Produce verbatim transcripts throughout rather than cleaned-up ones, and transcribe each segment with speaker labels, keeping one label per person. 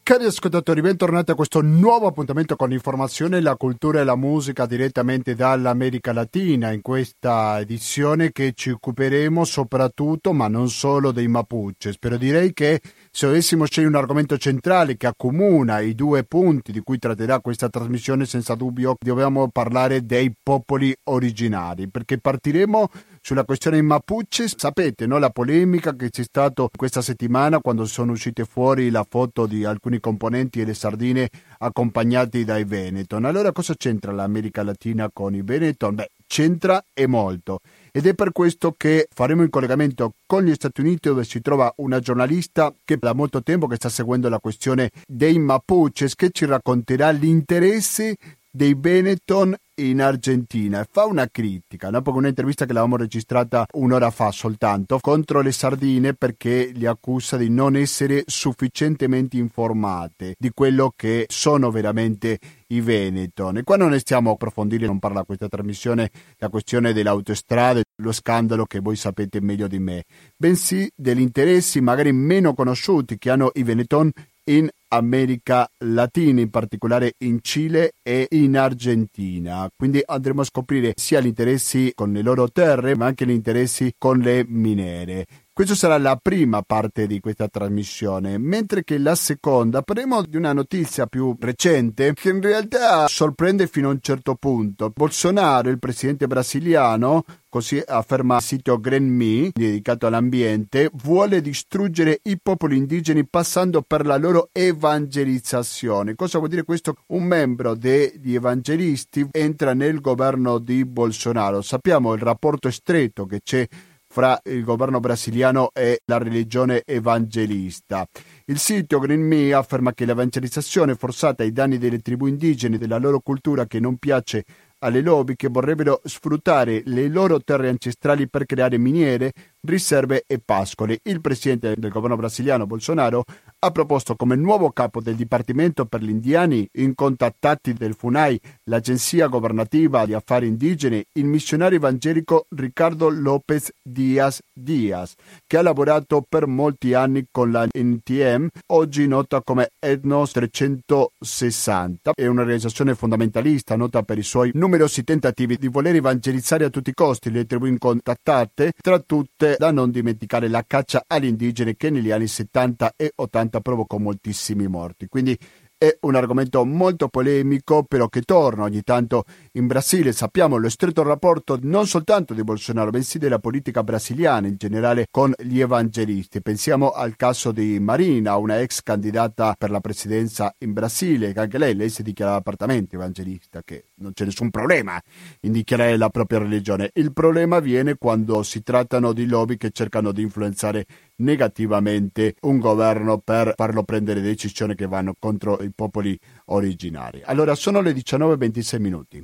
Speaker 1: Cari ascoltatori, bentornati a questo nuovo appuntamento con l'informazione, la cultura e la musica direttamente dall'America Latina. In questa edizione che ci occuperemo soprattutto, ma non solo, dei Mapuches. Però direi che se dovessimo scegliere un argomento centrale che accomuna i due punti di cui tratterà questa trasmissione, senza dubbio dobbiamo parlare dei popoli originari, perché partiremo sulla questione Mapuche. Sapete, no, la polemica che c'è stata questa settimana quando sono uscite fuori la foto di alcuni componenti delle sardine accompagnati dai Benetton. Allora cosa c'entra l'America Latina con i Benetton? Beh, c'entra e molto. Ed è per questo che faremo un collegamento con gli Stati Uniti, dove si trova una giornalista che da molto tempo che sta seguendo la questione dei Mapuches, che ci racconterà l'interesse dei Benetton in Argentina e fa una critica, no? Perché un'intervista che l'avevamo registrata un'ora fa soltanto contro le sardine, perché li accusa di non essere sufficientemente informate di quello che sono veramente i Benetton. E qua non ne stiamo a approfondire, non parla questa trasmissione la questione delle autostrade, lo scandalo che voi sapete meglio di me, bensì degli interessi magari meno conosciuti che hanno i Benetton in America Latina, in particolare in Cile e in Argentina. Quindi andremo a scoprire sia gli interessi con le loro terre, ma anche gli interessi con le miniere. Questa sarà la prima parte di questa trasmissione, mentre che la seconda parleremo di una notizia più recente che in realtà sorprende fino a un certo punto. Bolsonaro, il presidente brasiliano, così afferma il sito Green Me, dedicato all'ambiente, vuole distruggere i popoli indigeni passando per la loro evangelizzazione. Cosa vuol dire questo? Un membro degli evangelisti entra nel governo di Bolsonaro. Sappiamo il rapporto stretto che c'è fra il governo brasiliano e la religione evangelista. Il sito Green Me afferma che l'evangelizzazione forzata ai danni delle tribù indigene, della loro cultura che non piace alle lobby che vorrebbero sfruttare le loro terre ancestrali per creare miniere, riserve e pascoli. Il presidente del governo brasiliano, Bolsonaro, ha proposto come nuovo capo del Dipartimento per gli Indiani incontattati del FUNAI, l'agenzia governativa di affari indigeni, il missionario evangelico Ricardo López Díaz Díaz, che ha lavorato per molti anni con la N T M, oggi nota come Ethnos trecentosessanta. È un'organizzazione fondamentalista nota per i suoi numerosi tentativi di voler evangelizzare a tutti i costi le tribù incontattate, tra tutte da non dimenticare la caccia agli indigeni che negli anni settanta e ottanta provocò moltissimi morti. Quindi è un argomento molto polemico, però che torna ogni tanto in Brasile. Sappiamo lo stretto rapporto non soltanto di Bolsonaro, bensì della politica brasiliana in generale con gli evangelisti. Pensiamo al caso di Marina, una ex candidata per la presidenza in Brasile, che anche lei, lei si dichiarava apertamente evangelista, che non c'è nessun problema in dichiarare la propria religione. Il problema viene quando si trattano di lobby che cercano di influenzare negativamente un governo per farlo prendere decisioni che vanno contro i popoli originari. Allora sono le diciannove e ventisei minuti.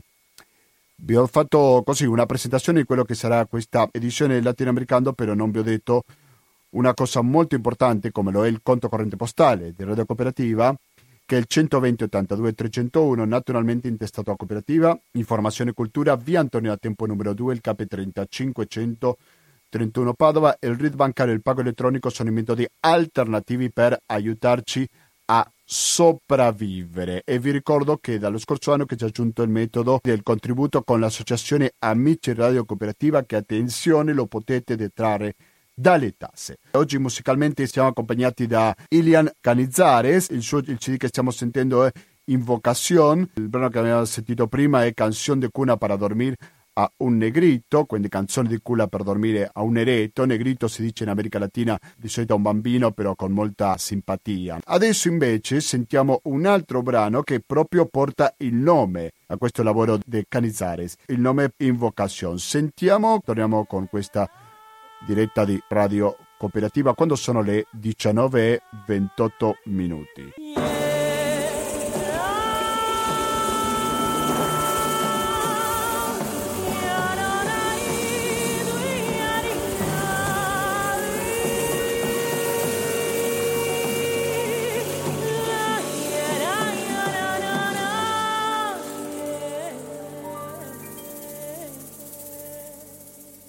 Speaker 1: Vi ho fatto così una presentazione di quello che sarà questa edizione latinoamericano, però non vi ho detto una cosa molto importante come lo è il conto corrente postale di Radio Cooperativa, che è il centoventi ottantadue trecentouno, naturalmente intestato a Cooperativa Informazione e Cultura, via Antonio da Tempo numero due, il K trentacinque centotrentuno Padova, e il R I D bancario e il pago elettronico sono i metodi alternativi per aiutarci a sopravvivere. E vi ricordo che dallo scorso anno che c'è aggiunto il metodo del contributo con l'associazione Amici Radio Cooperativa, che attenzione lo potete detrarre dalle tasse. Oggi musicalmente siamo accompagnati da Ilian Canizares, il, suo, il C D che stiamo sentendo è Invocación, il brano che abbiamo sentito prima è Canción de Cuna para Dormir a un negrito, quindi canzone di culla per dormire a un ereto. Negrito si dice in America Latina di solito a un bambino, però con molta simpatia. Adesso invece sentiamo un altro brano che proprio porta il nome a questo lavoro di Canizares, il nome Invocación. Sentiamo, torniamo con questa diretta di Radio Cooperativa quando sono le diciannove e ventotto minuti.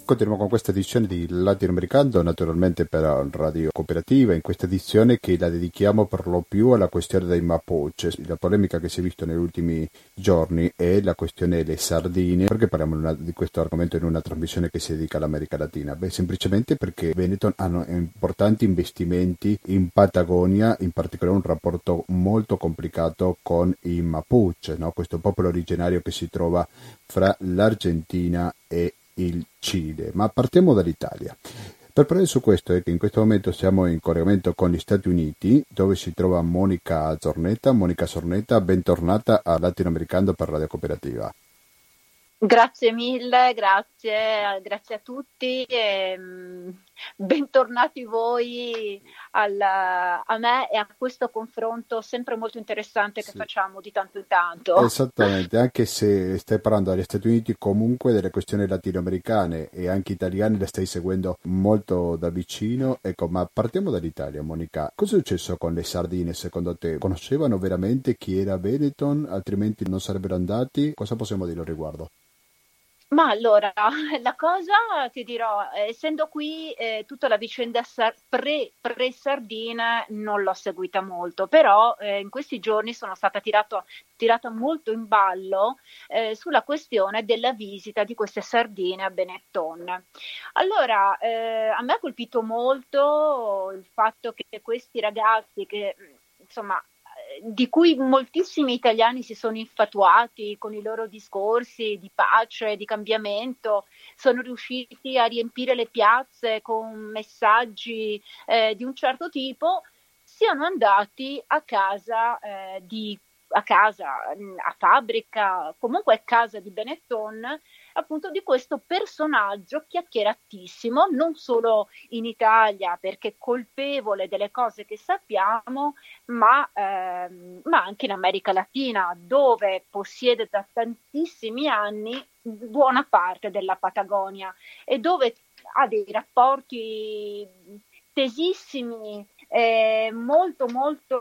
Speaker 1: Continuiamo con questa edizione di Latinoamericano, naturalmente per Radio Cooperativa, in questa edizione che la dedichiamo per lo più alla questione dei Mapuche. La polemica che si è vista negli ultimi giorni è la questione delle sardine. Perché parliamo una, di questo argomento in una trasmissione che si dedica all'America Latina? Beh, semplicemente perché Benetton hanno importanti investimenti in Patagonia, in particolare un rapporto molto complicato con i Mapuche, no? Questo popolo originario che si trova fra l'Argentina e il Cile. Ma partiamo dall'Italia. Per parlare su questo è che in questo momento siamo in collegamento con gli Stati Uniti, dove si trova Monica Zornetta. Monica Zornetta, bentornata a Latinoamericano per Radio Cooperativa.
Speaker 2: Grazie mille, grazie, grazie a tutti e um, bentornati voi al, a me e a questo confronto sempre molto interessante che sì. facciamo di tanto in tanto.
Speaker 1: Esattamente, anche se stai parlando dagli Stati Uniti, comunque delle questioni latinoamericane e anche italiane le stai seguendo molto da vicino. Ecco, ma partiamo dall'Italia, Monica. Cosa è successo con le sardine secondo te? Conoscevano veramente chi era Benetton, altrimenti non sarebbero andati? Cosa possiamo dire al riguardo?
Speaker 2: Ma allora, la cosa ti dirò, essendo qui eh, tutta la vicenda sar- pre, pre-sardine non l'ho seguita molto, però eh, in questi giorni sono stata tirato, tirata molto in ballo eh, sulla questione della visita di queste sardine a Benetton. Allora, eh, a me ha colpito molto il fatto che questi ragazzi che, insomma, di cui moltissimi italiani si sono infatuati con i loro discorsi di pace, di cambiamento, sono riusciti a riempire le piazze con messaggi eh, di un certo tipo, siano andati a casa eh, di a casa, a fabbrica, comunque a casa di Benetton, appunto di questo personaggio chiacchieratissimo, non solo in Italia perché colpevole delle cose che sappiamo, ma, ehm, ma anche in America Latina, dove possiede da tantissimi anni buona parte della Patagonia e dove ha dei rapporti tesissimi, eh, molto molto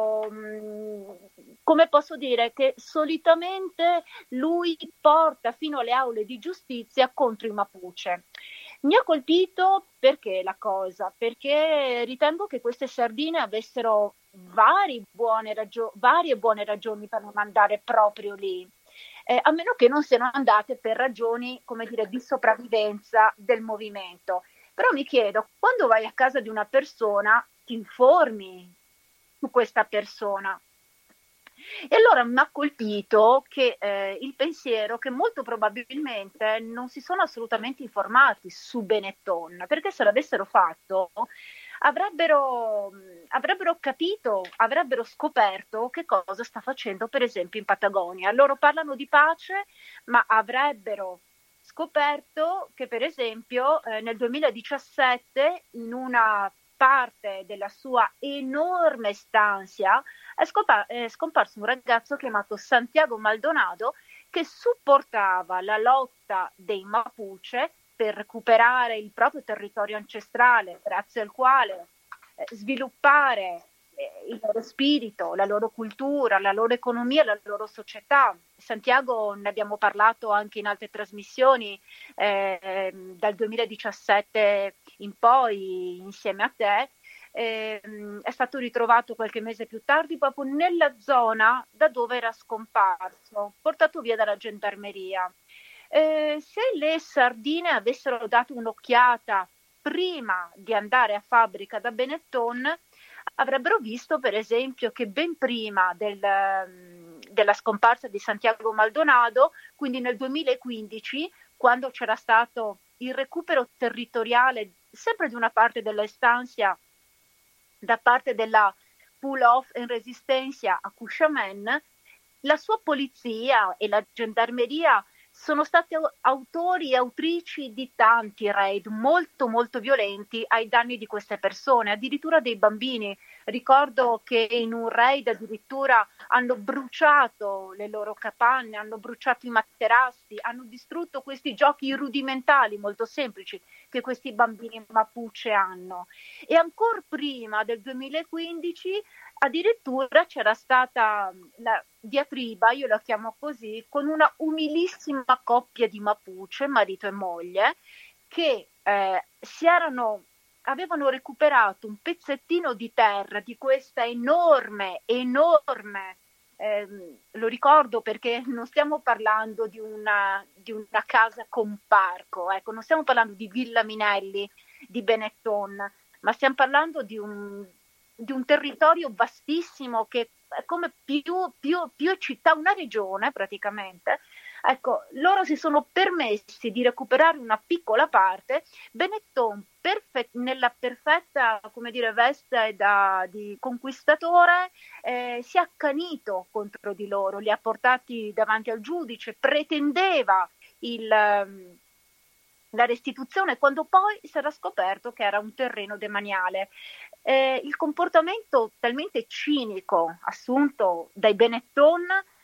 Speaker 2: mh, come posso dire, che solitamente lui porta fino alle aule di giustizia contro i Mapuche. Mi ha colpito perché la cosa? Perché ritengo che queste sardine avessero vari buone ragio- varie buone ragioni per non andare proprio lì. Eh, a meno che non siano andate per ragioni, come dire, di sopravvivenza del movimento. Però mi chiedo, quando vai a casa di una persona, ti informi su questa persona. E allora mi ha colpito che eh, il pensiero che molto probabilmente non si sono assolutamente informati su Benetton, perché se l'avessero fatto avrebbero, avrebbero capito, avrebbero scoperto che cosa sta facendo per esempio in Patagonia. Loro parlano di pace, ma avrebbero scoperto che per esempio eh, nel duemiladiciassette in una parte della sua enorme stanza è, scompa- è scomparso un ragazzo chiamato Santiago Maldonado che supportava la lotta dei Mapuche per recuperare il proprio territorio ancestrale, grazie al quale eh, sviluppare il loro spirito, la loro cultura, la loro economia, la loro società. Santiago, ne abbiamo parlato anche in altre trasmissioni, eh, dal duemiladiciassette in poi insieme a te, eh, è stato ritrovato qualche mese più tardi proprio nella zona da dove era scomparso, portato via dalla gendarmeria. Eh, se le sardine avessero dato un'occhiata prima di andare a fabbrica da Benetton, avrebbero visto per esempio che ben prima del, della scomparsa di Santiago Maldonado, quindi nel duemilaquindici, quando c'era stato il recupero territoriale sempre di una parte della estancia da parte della Pull-Off en Resistencia a Cushamen, la sua polizia e la gendarmeria sono stati autori e autrici di tanti raid molto molto violenti ai danni di queste persone, addirittura dei bambini. Ricordo che in un raid addirittura hanno bruciato le loro capanne, hanno bruciato i materassi, hanno distrutto questi giochi rudimentali molto semplici che questi bambini Mapuche hanno. E ancora prima del duemilaquindici addirittura c'era stata la diatriba, io la chiamo così, con una umilissima coppia di Mapuche, marito e moglie, che eh, si erano, avevano recuperato un pezzettino di terra di questa enorme, enorme, ehm, lo ricordo perché non stiamo parlando di una, di una casa con parco, ecco, non stiamo parlando di Villa Minelli, di Benetton, ma stiamo parlando di un, di un territorio vastissimo che è come più, più, più città, una regione praticamente. Ecco, loro si sono permessi di recuperare una piccola parte. Benetton, perfe- nella perfetta, come dire, veste da, di conquistatore, eh, si è accanito contro di loro, li ha portati davanti al giudice, pretendeva il, um, la restituzione, quando poi si era scoperto che era un terreno demaniale. Eh, il comportamento talmente cinico assunto dai Benetton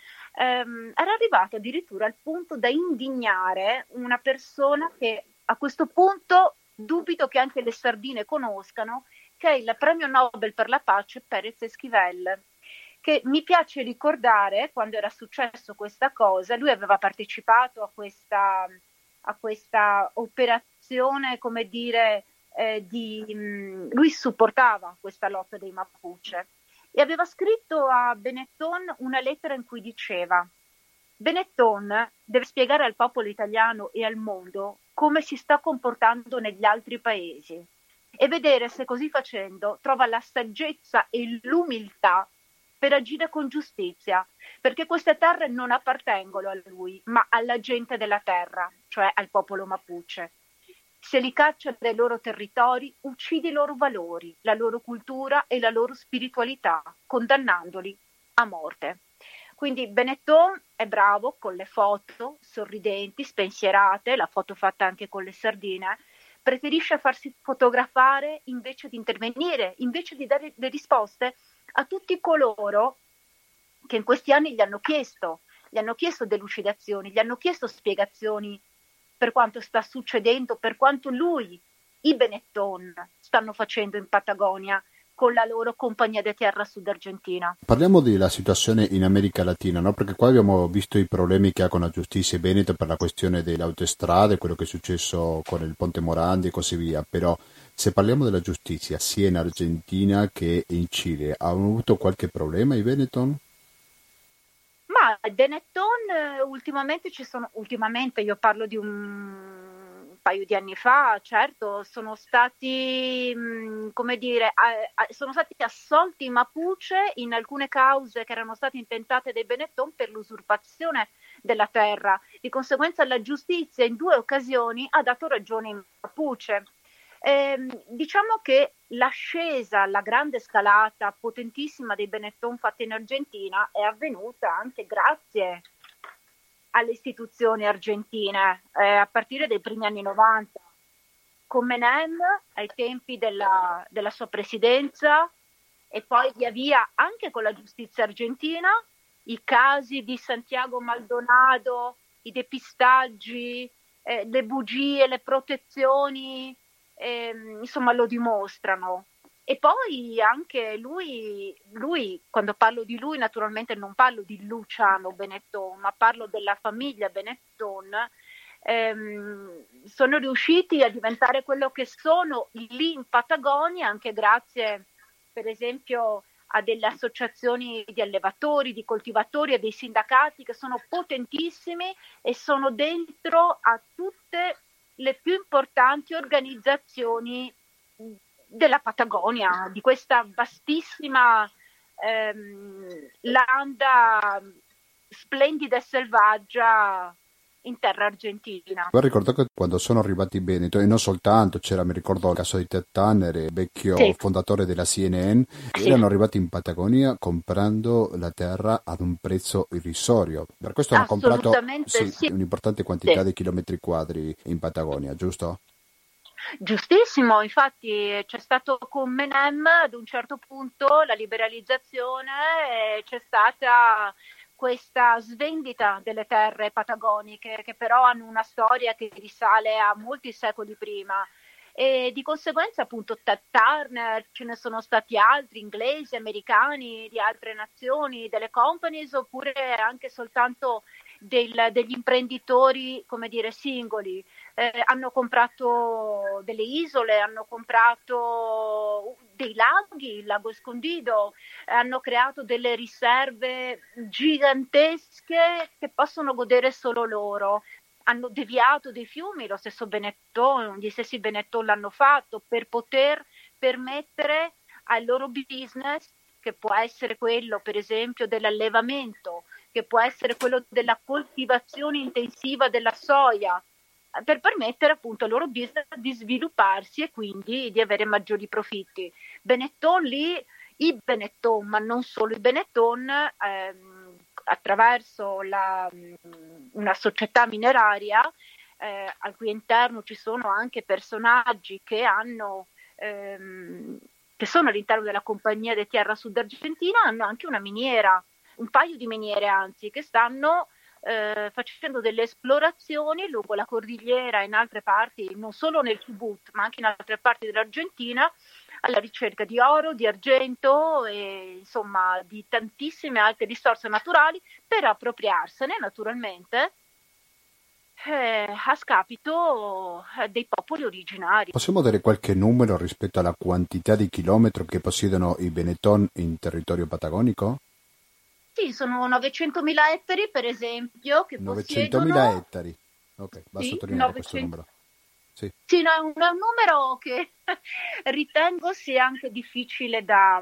Speaker 2: ehm, era arrivato addirittura al punto da indignare una persona che a questo punto dubito che anche le sardine conoscano, che è il premio Nobel per la pace Pérez Esquivel, che mi piace ricordare quando era successo questa cosa. Lui aveva partecipato a questa, a questa operazione, come dire, eh, di, mh, lui supportava questa lotta dei Mapuche e aveva scritto a Benetton una lettera in cui diceva: Benetton deve spiegare al popolo italiano e al mondo come si sta comportando negli altri paesi e vedere se così facendo trova la saggezza e l'umiltà per agire con giustizia, perché queste terre non appartengono a lui, ma alla gente della terra, cioè al popolo Mapuche. Se li caccia dai loro territori, uccide i loro valori, la loro cultura e la loro spiritualità, condannandoli a morte. Quindi Benetton è bravo con le foto sorridenti, spensierate, la foto fatta anche con le sardine, preferisce farsi fotografare invece di intervenire, invece di dare le risposte a tutti coloro che in questi anni gli hanno chiesto, gli hanno chiesto delucidazioni, gli hanno chiesto spiegazioni per quanto sta succedendo, per quanto lui, i Benetton, stanno facendo in Patagonia con la loro compagnia di terra sud Argentina.
Speaker 1: Parliamo della situazione in America Latina, no? Perché qua abbiamo visto i problemi che ha con la giustizia veneta per la questione delle autostrade, quello che è successo con il Ponte Morandi e così via, però se parliamo della giustizia sia in Argentina che in Cile, hanno avuto qualche problema i Benetton?
Speaker 2: Ma i Benetton eh, ultimamente ci sono, ultimamente io parlo di un paio di anni fa, certo, sono stati, mh, come dire, a- a- sono stati assolti i Mapuche in alcune cause che erano state intentate dai Benetton per l'usurpazione della terra. Di conseguenza la giustizia in due occasioni ha dato ragione ai Mapuche. Ehm, diciamo che l'ascesa, la grande scalata potentissima dei Benetton fatta in Argentina è avvenuta anche grazie alle istituzioni argentine, eh, a partire dai primi anni novanta, con Menem ai tempi della, della sua presidenza e poi via via anche con la giustizia argentina, i casi di Santiago Maldonado, i depistaggi, eh, le bugie, le protezioni, ehm, insomma lo dimostrano. E poi anche lui, lui, quando parlo di lui naturalmente non parlo di Luciano Benetton, ma parlo della famiglia Benetton, ehm, sono riusciti a diventare quello che sono lì in Patagonia anche grazie per esempio a delle associazioni di allevatori, di coltivatori e dei sindacati che sono potentissimi e sono dentro a tutte le più importanti organizzazioni della Patagonia, di questa vastissima ehm, landa splendida e selvaggia in terra argentina.
Speaker 1: Poi ricordo che quando sono arrivati in Veneto, e non soltanto, c'era, mi ricordo il caso di Ted Turner, il vecchio
Speaker 2: Sì.
Speaker 1: fondatore della C N N,
Speaker 2: Sì.
Speaker 1: erano arrivati in Patagonia comprando la terra ad un prezzo irrisorio. Per questo hanno comprato sì,
Speaker 2: sì.
Speaker 1: un'importante quantità
Speaker 2: Sì.
Speaker 1: di chilometri quadri in Patagonia, giusto?
Speaker 2: Giustissimo, infatti c'è stato con Menem ad un certo punto la liberalizzazione e c'è stata questa svendita delle terre patagoniche che però hanno una storia che risale a molti secoli prima e di conseguenza appunto Ted Turner, ce ne sono stati altri inglesi, americani, di altre nazioni, delle companies oppure anche soltanto del, degli imprenditori come dire singoli. eh, hanno comprato delle isole, hanno comprato dei laghi, il lago Escondido, hanno creato delle riserve gigantesche che possono godere solo loro. Hanno deviato dei fiumi, lo stesso Benetton, gli stessi Benetton l'hanno fatto per poter permettere al loro business, che può essere quello per esempio dell'allevamento, che può essere quello della coltivazione intensiva della soia, per permettere appunto al loro business di svilupparsi e quindi di avere maggiori profitti. Benetton lì, i Benetton, ma non solo i Benetton, ehm, attraverso la, una società mineraria eh, al cui interno ci sono anche personaggi che hanno ehm, che sono all'interno della compagnia de Tierra Sud Argentina, hanno anche una miniera, un paio di miniere anzi, che stanno eh, facendo delle esplorazioni lungo la cordigliera e in altre parti, non solo nel Chubut, ma anche in altre parti dell'Argentina, alla ricerca di oro, di argento e insomma di tantissime altre risorse naturali per appropriarsene naturalmente eh, a scapito eh, dei popoli originari.
Speaker 1: Possiamo dare qualche numero rispetto alla quantità di chilometri che possiedono i Benetton in territorio patagonico?
Speaker 2: Sì, sono novecentomila ettari per esempio che
Speaker 1: novecentomila
Speaker 2: possiedono...
Speaker 1: ettari, ok, va
Speaker 2: sì,
Speaker 1: a sottolineare
Speaker 2: novecento...
Speaker 1: questo numero. Sì,
Speaker 2: sì no, è, un, è un numero che ritengo sia anche difficile da,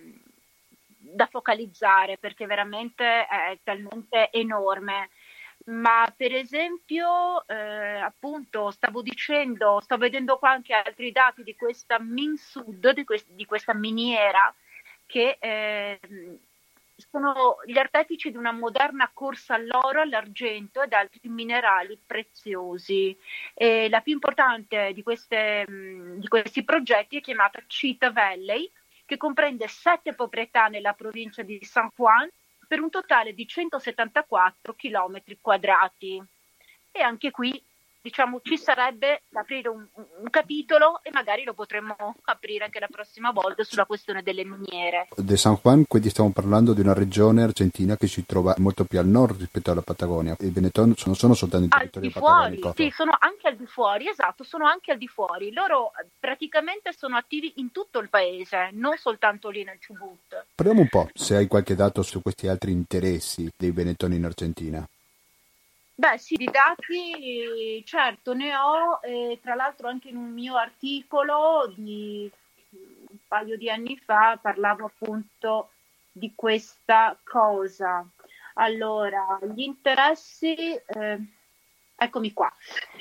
Speaker 2: da focalizzare perché veramente è talmente enorme. Ma per esempio, eh, appunto, stavo dicendo, sto vedendo qua anche altri dati di questa Minsud, di, quest- di questa miniera, che eh, sono gli artefici di una moderna corsa all'oro, all'argento ed altri minerali preziosi. E la più importante di, queste, di questi progetti è chiamata Cheetah Valley, che comprende sette proprietà nella provincia di San Juan, per un totale di centosettantaquattro chilometri quadrati. E anche qui, diciamo, ci sarebbe da aprire un, un capitolo e magari lo potremmo aprire anche la prossima volta sulla questione delle miniere.
Speaker 1: De San Juan, quindi stiamo parlando di una regione argentina che si trova molto più al nord rispetto alla Patagonia. I Benetton non sono soltanto in territorio
Speaker 2: al di fuori,
Speaker 1: patagonico.
Speaker 2: Sì, sono anche al di fuori, esatto, sono anche al di fuori. Loro praticamente sono attivi in tutto il paese, non soltanto lì nel Chubut.
Speaker 1: Parliamo un po', se hai qualche dato su questi altri interessi dei Benetton in Argentina.
Speaker 2: Beh sì, di dati certo ne ho, e tra l'altro anche in un mio articolo di un paio di anni fa parlavo appunto di questa cosa. Allora, gli interessi, eh, eccomi qua.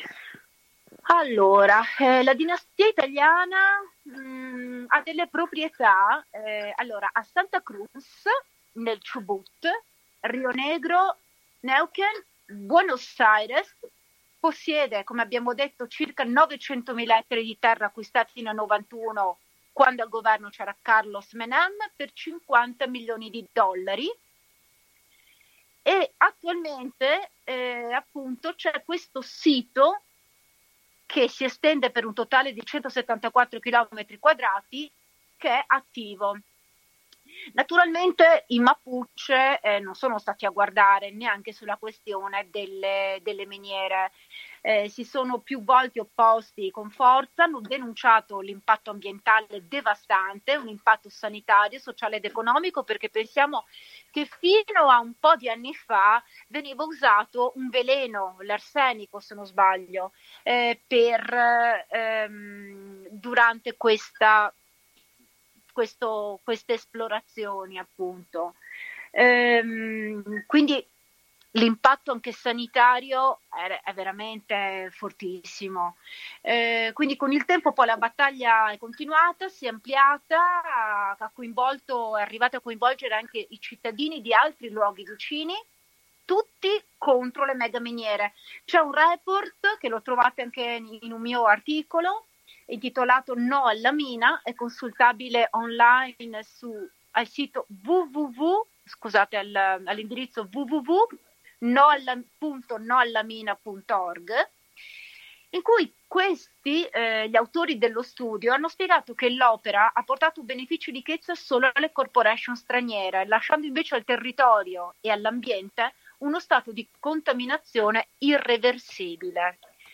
Speaker 2: Allora, eh, la dinastia italiana mh, ha delle proprietà, eh, allora, a Santa Cruz, nel Chubut, Rio Negro, Neuquén, Buenos Aires, possiede, come abbiamo detto, circa novecentomila ettari di terra acquistati nel novantuno, quando al governo c'era Carlos Menem, per cinquanta milioni di dollari. E attualmente, eh, appunto, c'è questo sito che si estende per un totale di centosettantaquattro chilometri quadrati, che è attivo. Naturalmente i Mapuche eh, non sono stati a guardare neanche sulla questione delle, delle miniere, eh, si sono più volte opposti con forza, hanno denunciato l'impatto ambientale devastante, un impatto sanitario, sociale ed economico, perché pensiamo che fino a un po' di anni fa veniva usato un veleno, l'arsenico se non sbaglio, eh, per, ehm, durante questa Questo, queste esplorazioni appunto. Ehm, quindi l'impatto anche sanitario è, è veramente fortissimo. Eh, quindi con il tempo poi la battaglia è continuata, si è ampliata, ha coinvolto, è arrivata a coinvolgere anche i cittadini di altri luoghi vicini, tutti contro le mega miniere. C'è un report che lo trovate anche in un mio articolo intitolato No alla mina, è consultabile online su, al sito www, scusate, al, all'indirizzo www punto noallamina punto org, in cui questi, eh, gli autori dello studio, hanno spiegato che l'opera ha portato benefici di ricchezza solo alle corporation straniere, lasciando invece al territorio e all'ambiente uno stato di contaminazione irreversibile.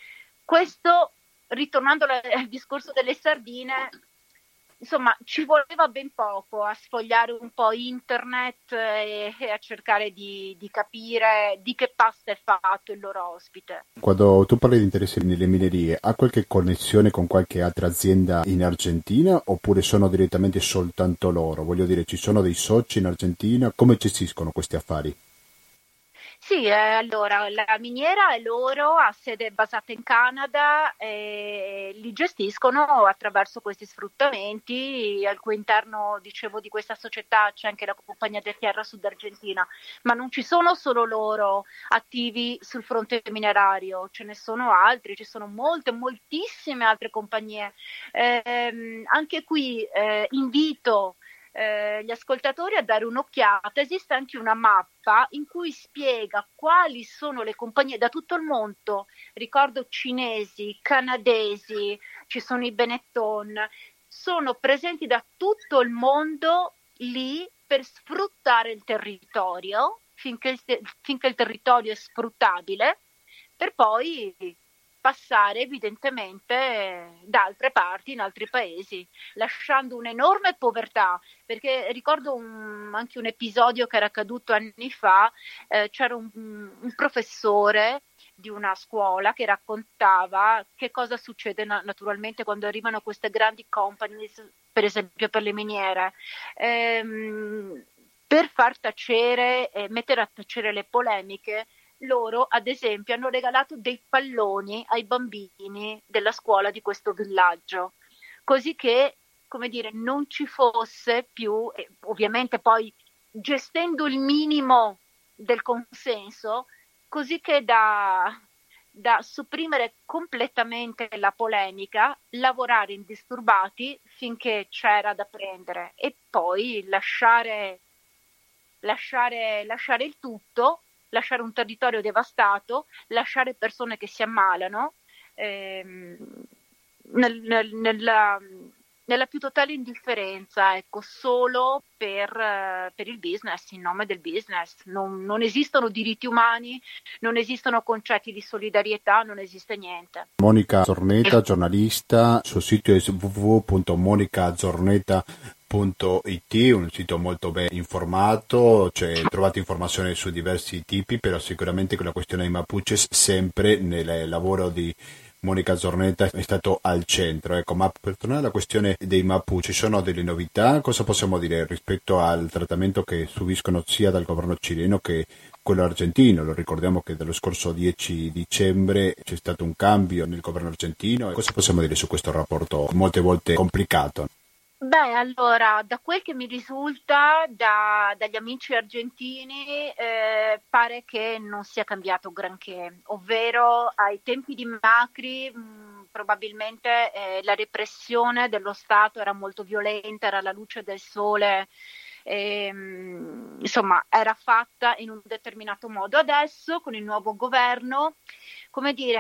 Speaker 2: questo, ritornando al discorso delle sardine, insomma, ci voleva ben poco a sfogliare un po' internet e, e a cercare di, di capire di che pasta è fatto il loro ospite.
Speaker 1: Quando tu parli di interesse nelle minerie, ha qualche connessione con qualche altra azienda in Argentina oppure sono direttamente soltanto loro? Voglio dire, ci sono dei soci in Argentina? Come gestiscono questi affari?
Speaker 2: Sì, eh, allora la miniera è loro, ha sede basata in Canada e li gestiscono attraverso questi sfruttamenti, al cui interno, dicevo, di questa società c'è anche la Compagnia de Tierra Sud Argentina, ma non ci sono solo loro attivi sul fronte minerario, ce ne sono altri, ci sono molte, moltissime altre compagnie. Eh, anche qui eh, invito Eh, gli ascoltatori a dare un'occhiata. Esiste anche una mappa in cui spiega quali sono le compagnie da tutto il mondo, ricordo cinesi, canadesi, ci sono i Benetton, sono presenti da tutto il mondo lì per sfruttare il territorio finché il, finché il territorio è sfruttabile, per poi passare evidentemente da altre parti, in altri paesi, lasciando un'enorme povertà, perché ricordo un, anche un episodio che era accaduto anni fa, eh, c'era un, un professore di una scuola che raccontava che cosa succede na- naturalmente quando arrivano queste grandi companies, per esempio per le miniere. Ehm, per far tacere, eh, mettere a tacere le polemiche, loro, ad esempio, hanno regalato dei palloni ai bambini della scuola di questo villaggio, così che, come dire, non ci fosse più, eh, ovviamente poi gestendo il minimo del consenso, così che da, da sopprimere completamente la polemica, lavorare indisturbati finché c'era da prendere e poi lasciare, lasciare, lasciare il tutto, lasciare un territorio devastato, lasciare persone che si ammalano ehm, nel, nel, nella, nella più totale indifferenza, ecco, solo per, eh, per il business, in nome del business. Non, non esistono diritti umani, non esistono concetti di solidarietà, non esiste niente.
Speaker 1: Monica Zorneta, giornalista, il suo sito è w w w punto monica zorneta punto i t, un sito molto ben informato, cioè trovate informazioni su diversi tipi, però sicuramente con la questione dei Mapuches sempre nel lavoro di Monica Zorneta è stato al centro. Ecco, ma per tornare alla questione dei Mapuche, ci sono delle novità? Cosa possiamo dire rispetto al trattamento che subiscono sia dal governo cileno che quello argentino? Lo ricordiamo che dallo scorso dieci dicembre c'è stato un cambio nel governo argentino. Cosa possiamo dire su questo rapporto molte volte complicato?
Speaker 2: Beh, allora, da quel che mi risulta da, dagli amici argentini, eh, pare che non sia cambiato granché, ovvero ai tempi di Macri mh, probabilmente eh, la repressione dello Stato era molto violenta, era la luce del sole, e, mh, insomma, era fatta in un determinato modo. Adesso, con il nuovo governo, come dire...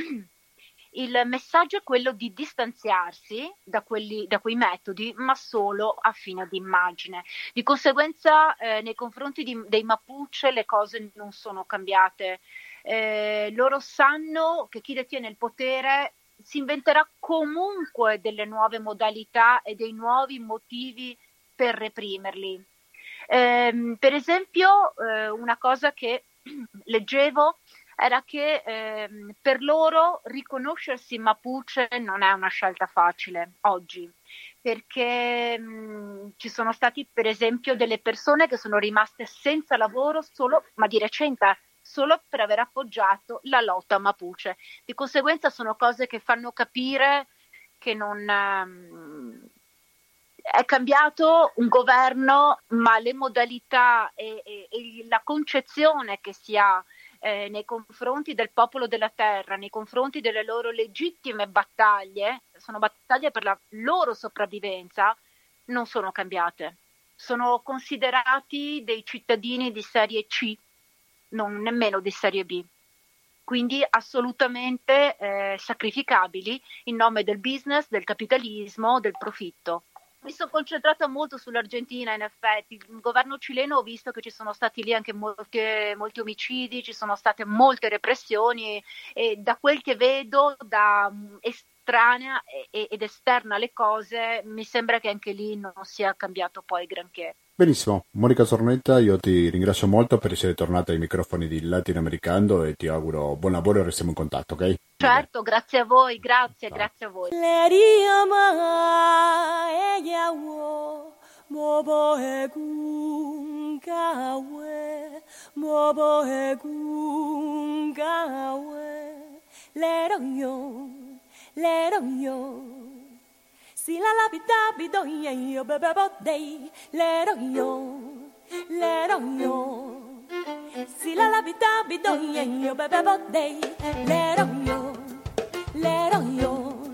Speaker 2: Il messaggio è quello di distanziarsi da, quelli, da quei metodi, ma solo a fine di immagine. Di conseguenza, eh, nei confronti di, dei Mapuche le cose non sono cambiate. Eh, loro sanno che chi detiene il potere si inventerà comunque delle nuove modalità e dei nuovi motivi per reprimerli. Eh, per esempio, eh, una cosa che leggevo era che ehm, per loro riconoscersi Mapuche non è una scelta facile oggi, perché mh, ci sono stati per esempio delle persone che sono rimaste senza lavoro solo, ma di recente, solo per aver appoggiato la lotta Mapuche. Di conseguenza sono cose che fanno capire che non... Ehm, è cambiato un governo, ma le modalità e, e, e la concezione che si ha eh, nei confronti del popolo della terra, nei confronti delle loro legittime battaglie, sono battaglie per la loro sopravvivenza, non sono cambiate. Sono considerati dei cittadini di serie C, non nemmeno di serie B. Quindi assolutamente eh, sacrificabili in nome del business, del capitalismo, del profitto. Mi sono concentrata molto sull'Argentina, in effetti. Il governo cileno, ho visto che ci sono stati lì anche molte, molti omicidi, ci sono state molte repressioni e da quel che vedo, da estranea ed esterna alle cose, mi sembra che anche lì non sia cambiato poi granché.
Speaker 1: Benissimo, Monica Zornetta, io ti ringrazio molto per essere tornata ai microfoni di Latinoamericano e ti auguro buon lavoro e restiamo in contatto, ok?
Speaker 2: Certo, grazie a voi, grazie,
Speaker 1: Ciao.
Speaker 2: grazie a voi.
Speaker 3: Si la la bi da bi do ye yo be be bo day le ro yo le ro yo si la la bi da bi do ye yo be be bo day le ro yo le ro yo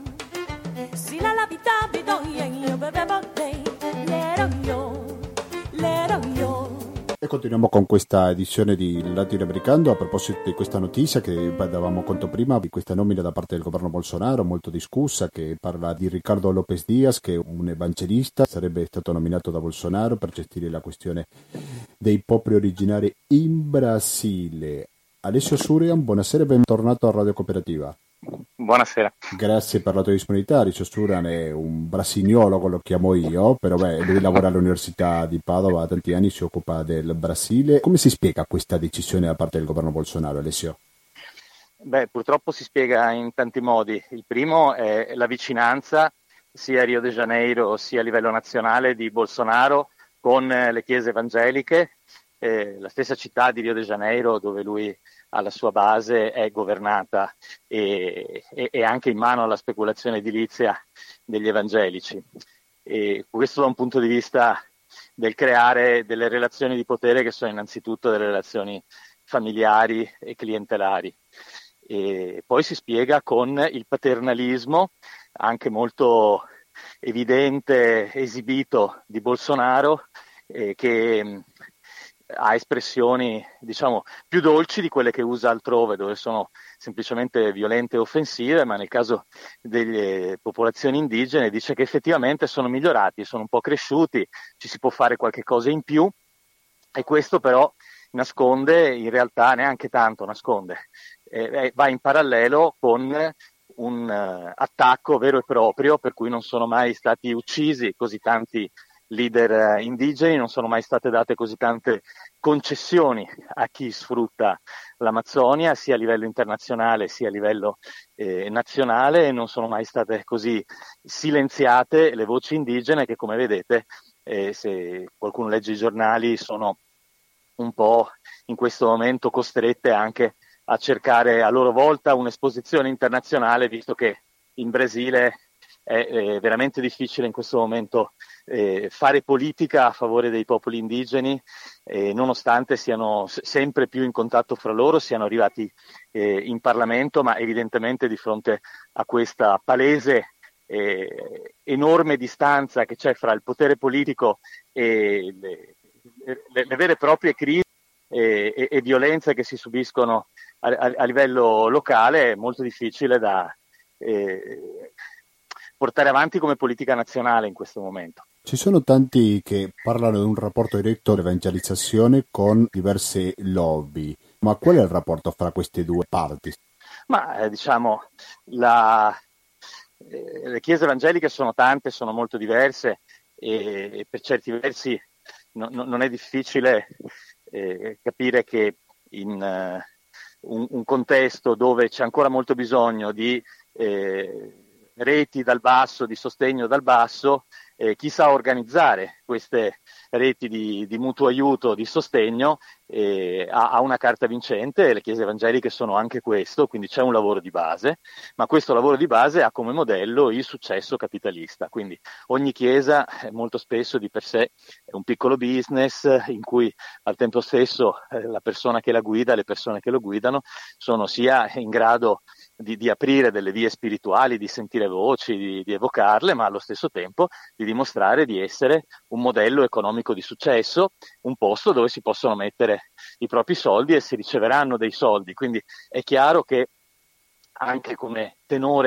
Speaker 3: si la la bi da bi do ye yo be be bo day le ro yo le ro yo.
Speaker 1: E continuiamo con questa edizione di Latinoamericano. A proposito di questa notizia che davamo conto prima, di questa nomina da parte del governo Bolsonaro molto discussa, che parla di Ricardo López Díaz, che è un evangelista, sarebbe stato nominato da Bolsonaro per gestire la questione dei popoli originari in Brasile. Alessio Surian, buonasera e bentornato a Radio Cooperativa.
Speaker 4: Buonasera.
Speaker 1: Grazie per la tua disponibilità. Alessio Surian è un brasiliano, lo chiamo io, però beh, lui lavora all'Università di Padova da tanti anni, si occupa del Brasile. Come si spiega questa decisione da parte del governo Bolsonaro, Alessio?
Speaker 4: Beh, purtroppo si spiega in tanti modi. Il primo è la vicinanza sia a Rio de Janeiro sia a livello nazionale di Bolsonaro con le chiese evangeliche. Eh, la stessa città di Rio de Janeiro, dove lui ha la sua base, è governata e, e, e anche in mano alla speculazione edilizia degli evangelici. E questo da un punto di vista del creare delle relazioni di potere che sono innanzitutto delle relazioni familiari e clientelari. E poi si spiega con il paternalismo anche molto evidente, esibito di Bolsonaro, eh, che ha espressioni, diciamo, più dolci di quelle che usa altrove, dove sono semplicemente violente e offensive, ma nel caso delle popolazioni indigene dice che effettivamente sono migliorati, sono un po' cresciuti, ci si può fare qualche cosa in più, e questo però nasconde, in realtà neanche tanto nasconde, eh, va in parallelo con un uh, attacco vero e proprio, per cui non sono mai stati uccisi così tanti leader indigeni, non sono mai state date così tante concessioni a chi sfrutta l'Amazzonia, sia a livello internazionale sia a livello eh, nazionale, e non sono mai state così silenziate le voci indigene che, come vedete, eh, se qualcuno legge i giornali, sono un po' in questo momento costrette anche a cercare a loro volta un'esposizione internazionale, visto che in Brasile è eh, veramente difficile in questo momento eh, fare politica a favore dei popoli indigeni, eh, nonostante siano s- sempre più in contatto fra loro, siano arrivati eh, in Parlamento, ma evidentemente di fronte a questa palese eh, enorme distanza che c'è fra il potere politico e le, le, le vere e proprie crisi e, e, e violenze che si subiscono a, a, a livello locale, è molto difficile da eh, portare avanti come politica nazionale in questo momento.
Speaker 1: Ci sono tanti che parlano di un rapporto diretto all'evangelizzazione con diverse lobby, ma qual è il rapporto fra queste due parti?
Speaker 4: Ma eh, diciamo, la, eh, le chiese evangeliche sono tante, sono molto diverse e, e per certi versi no, no, non è difficile eh, capire che in uh, un, un contesto dove c'è ancora molto bisogno di eh, reti dal basso, di sostegno dal basso, eh, chi sa organizzare queste reti di, di mutuo aiuto, di sostegno, eh, ha, ha una carta vincente, e le chiese evangeliche sono anche questo, quindi c'è un lavoro di base, ma questo lavoro di base ha come modello il successo capitalista, quindi ogni chiesa eh, molto spesso di per sé è un piccolo business in cui al tempo stesso eh, la persona che la guida, le persone che lo guidano sono sia in grado Di, di aprire delle vie spirituali, di sentire voci, di, di evocarle, ma allo stesso tempo di dimostrare di essere un modello economico di successo, un posto dove si possono mettere i propri soldi e si riceveranno dei soldi. Quindi è chiaro che anche come tenore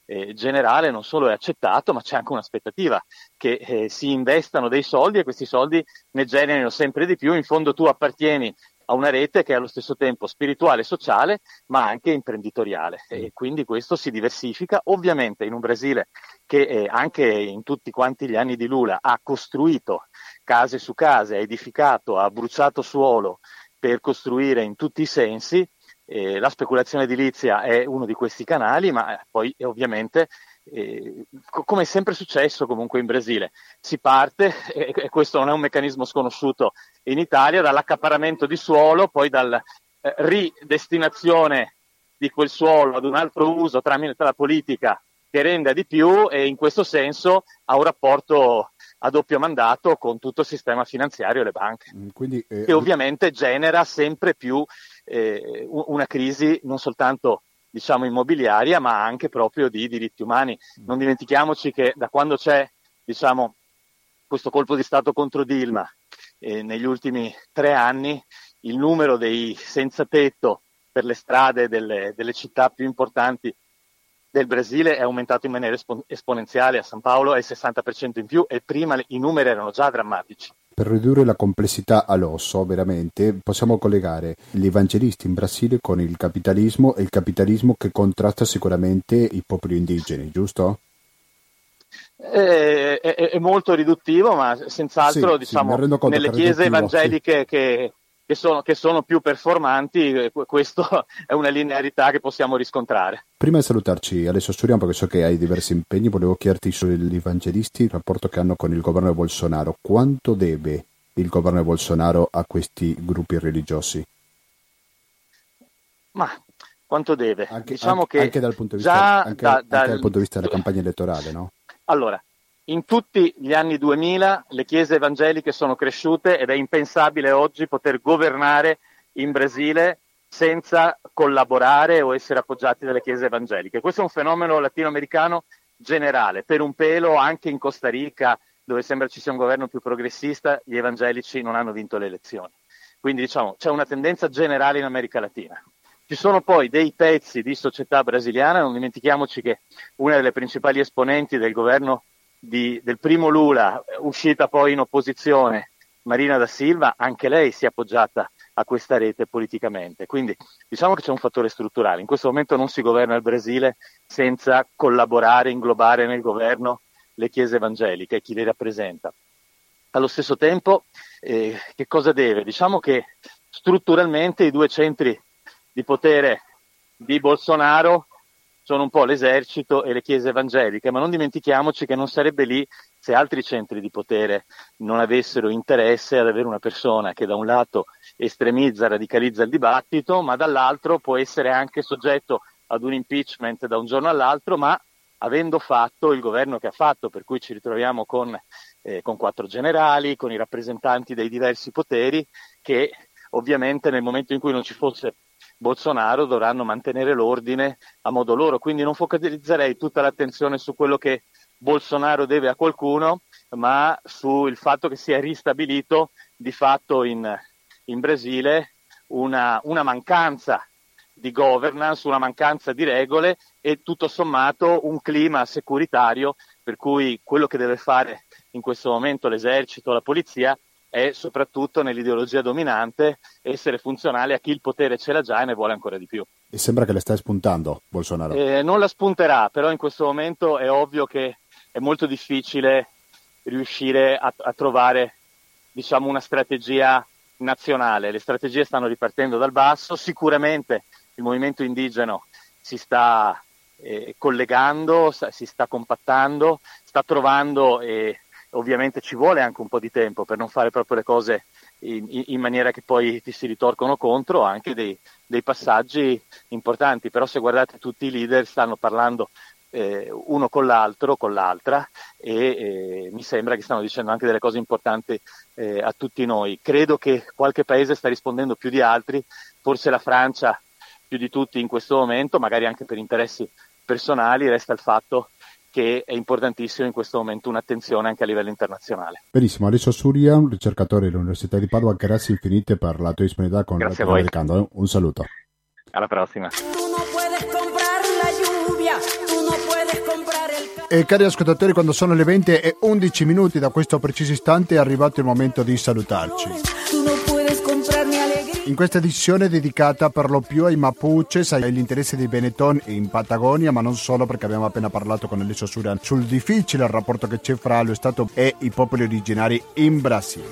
Speaker 4: eh, generale non solo è accettato, ma c'è anche un'aspettativa che eh, si investano dei soldi e questi soldi ne generino sempre di più. In fondo tu appartieni a una rete che è allo stesso tempo spirituale, sociale, ma anche imprenditoriale, e quindi questo si diversifica. Ovviamente in un Brasile che eh, anche in tutti quanti gli anni di Lula ha costruito case su case, ha edificato, ha bruciato suolo per costruire in tutti i sensi, eh, la speculazione edilizia è uno di questi canali, ma poi eh, ovviamente Eh, co- come è sempre successo comunque in Brasile, si parte, e, e questo non è un meccanismo sconosciuto in Italia, dall'accaparramento di suolo, poi dalla eh, ridestinazione di quel suolo ad un altro uso tramite la politica che renda di più, e in questo senso ha un rapporto a doppio mandato con tutto il sistema finanziario e le banche,
Speaker 1: Quindi, eh,
Speaker 4: che ovviamente genera sempre più eh, una crisi non soltanto diciamo immobiliaria, ma anche proprio di diritti umani. Non dimentichiamoci che da quando c'è diciamo questo colpo di Stato contro Dilma, eh, negli ultimi tre anni il numero dei senza tetto per le strade delle, delle città più importanti del Brasile è aumentato in maniera espo- esponenziale. A San Paolo è il sessanta per cento in più, e prima i numeri erano già drammatici.
Speaker 1: Per ridurre la complessità all'osso, veramente, possiamo collegare gli evangelisti in Brasile con il capitalismo, e il capitalismo che contrasta sicuramente i popoli indigeni, giusto?
Speaker 4: È, è, è molto riduttivo, ma senz'altro
Speaker 1: Sì,
Speaker 4: diciamo
Speaker 1: sì, conto
Speaker 4: nelle
Speaker 1: che
Speaker 4: chiese
Speaker 1: riduttivo,
Speaker 4: evangeliche
Speaker 1: sì.
Speaker 4: che, che, sono, che sono più performanti, eh, questo è una linearità che possiamo riscontrare.
Speaker 1: Prima di salutarci, Alessio Sturian, perché so che hai diversi impegni, volevo chiederti sugli evangelisti, il rapporto che hanno con il governo di Bolsonaro. Quanto deve il governo di Bolsonaro a questi gruppi religiosi?
Speaker 4: Ma quanto deve?
Speaker 1: Anche,
Speaker 4: diciamo
Speaker 1: anche,
Speaker 4: che
Speaker 1: anche dal punto di vista,
Speaker 4: già
Speaker 1: anche,
Speaker 4: da,
Speaker 1: anche
Speaker 4: dal,
Speaker 1: dal punto di vista della campagna elettorale, no?
Speaker 4: Allora, in tutti gli anni duemila le chiese evangeliche sono cresciute, ed è impensabile oggi poter governare in Brasile senza collaborare o essere appoggiati dalle chiese evangeliche. Questo è un fenomeno latinoamericano generale. Per un pelo anche in Costa Rica, dove sembra ci sia un governo più progressista, gli evangelici non hanno vinto le elezioni. Quindi diciamo c'è una tendenza generale in America Latina. Ci sono poi dei pezzi di società brasiliana, non dimentichiamoci che una delle principali esponenti del governo di, del primo Lula, uscita poi in opposizione, Marina da Silva, anche lei si è appoggiata a questa rete politicamente. Quindi diciamo che c'è un fattore strutturale. In questo momento non si governa il Brasile senza collaborare, inglobare nel governo le chiese evangeliche e chi le rappresenta. Allo stesso tempo, eh, che cosa deve? Diciamo che strutturalmente i due centri di potere di Bolsonaro sono un po' l'esercito e le chiese evangeliche, ma non dimentichiamoci che non sarebbe lì se altri centri di potere non avessero interesse ad avere una persona che da un lato estremizza, radicalizza il dibattito, ma dall'altro può essere anche soggetto ad un impeachment da un giorno all'altro, ma avendo fatto il governo che ha fatto, per cui ci ritroviamo con, eh, con quattro generali, con i rappresentanti dei diversi poteri, che ovviamente nel momento in cui non ci fosse Bolsonaro dovranno mantenere l'ordine a modo loro. Quindi non focalizzerei tutta l'attenzione su quello che Bolsonaro deve a qualcuno, ma sul fatto che si è ristabilito di fatto in, in Brasile una, una mancanza di governance, una mancanza di regole e tutto sommato un clima securitario, per cui quello che deve fare in questo momento l'esercito, la polizia, è soprattutto nell'ideologia dominante essere funzionale a chi il potere ce l'ha già e ne vuole ancora di più.
Speaker 1: E sembra che la stai spuntando Bolsonaro.
Speaker 4: Eh, non la spunterà, però in questo momento è ovvio che è molto difficile riuscire a, a trovare, diciamo, una strategia nazionale. Le strategie stanno ripartendo dal basso, sicuramente il movimento indigeno si sta eh, collegando, si sta compattando, sta trovando e ovviamente ci vuole anche un po' di tempo per non fare proprio le cose in, in maniera che poi ti si ritorcono contro, anche dei, dei passaggi importanti. Però se guardate tutti i leader stanno parlando eh, uno con l'altro, con l'altra e eh, mi sembra che stanno dicendo anche delle cose importanti eh, a tutti noi. Credo che qualche paese sta rispondendo più di altri, forse la Francia più di tutti in questo momento, magari anche per interessi personali. Resta il fatto che è importantissimo in questo momento un'attenzione anche a livello internazionale.
Speaker 1: Benissimo, Alessio Sturian, ricercatore dell'Università di Padova, grazie infinite per la tua disponibilità con
Speaker 4: Grazie a voi.
Speaker 1: Latinoamericano. Un saluto.
Speaker 4: Alla prossima.
Speaker 3: Tú no puedes comprar la lluvia, tú no puedes
Speaker 1: E cari ascoltatori, quando sono le venti e undici minuti da questo preciso istante è arrivato il momento di salutarci. In questa edizione dedicata per lo più ai Mapuches, agli interessi dei Benetton in Patagonia, ma non solo, perché abbiamo appena parlato con Alessio Suran sul difficile rapporto che c'è fra lo Stato e i popoli originari in Brasile.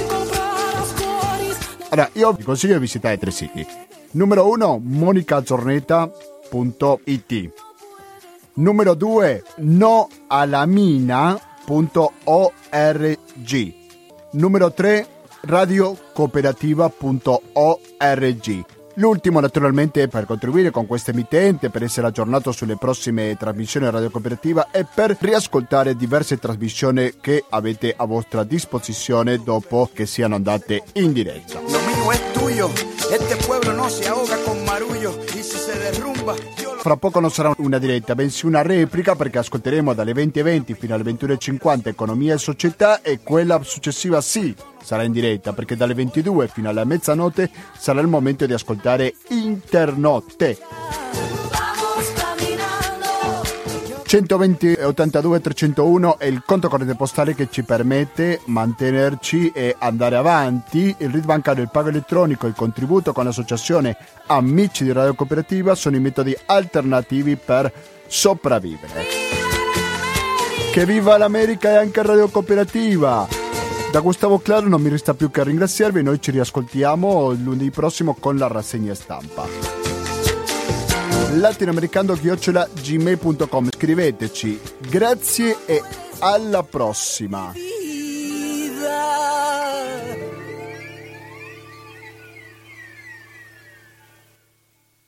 Speaker 1: Allora, io vi consiglio di visitare tre siti. Numero uno, monica zorneta punto it. Numero due, noalamina punto org. Numero tre, radiocooperativa punto org. L'ultimo naturalmente per contribuire con questa emittente, per essere aggiornato sulle prossime trasmissioni Radio Cooperativa e per riascoltare diverse trasmissioni che avete a vostra disposizione dopo che siano andate in diretta. Lo mio è tuyo, este pueblo no si ahoga con marullo y si se derrumba. Fra poco non sarà una diretta, bensì una replica, perché ascolteremo dalle venti e venti fino alle ventuno e cinquanta Economia e Società, e quella successiva sì sarà in diretta, perché dalle ventidue fino alla mezzanotte sarà il momento di ascoltare Internotte. centoventi ottantadue trecentouno è il conto corrente postale che ci permette mantenerci e andare avanti. Il R I D bancario, il pago elettronico, il contributo con l'associazione Amici di Radio Cooperativa sono i metodi alternativi per sopravvivere. Che viva l'America e anche Radio Cooperativa! Da Gustavo Claro non mi resta più che ringraziarvi. Noi ci riascoltiamo lunedì prossimo con la rassegna stampa. latinoamericano chiocciola gmail punto com. Scriveteci. Grazie e alla prossima.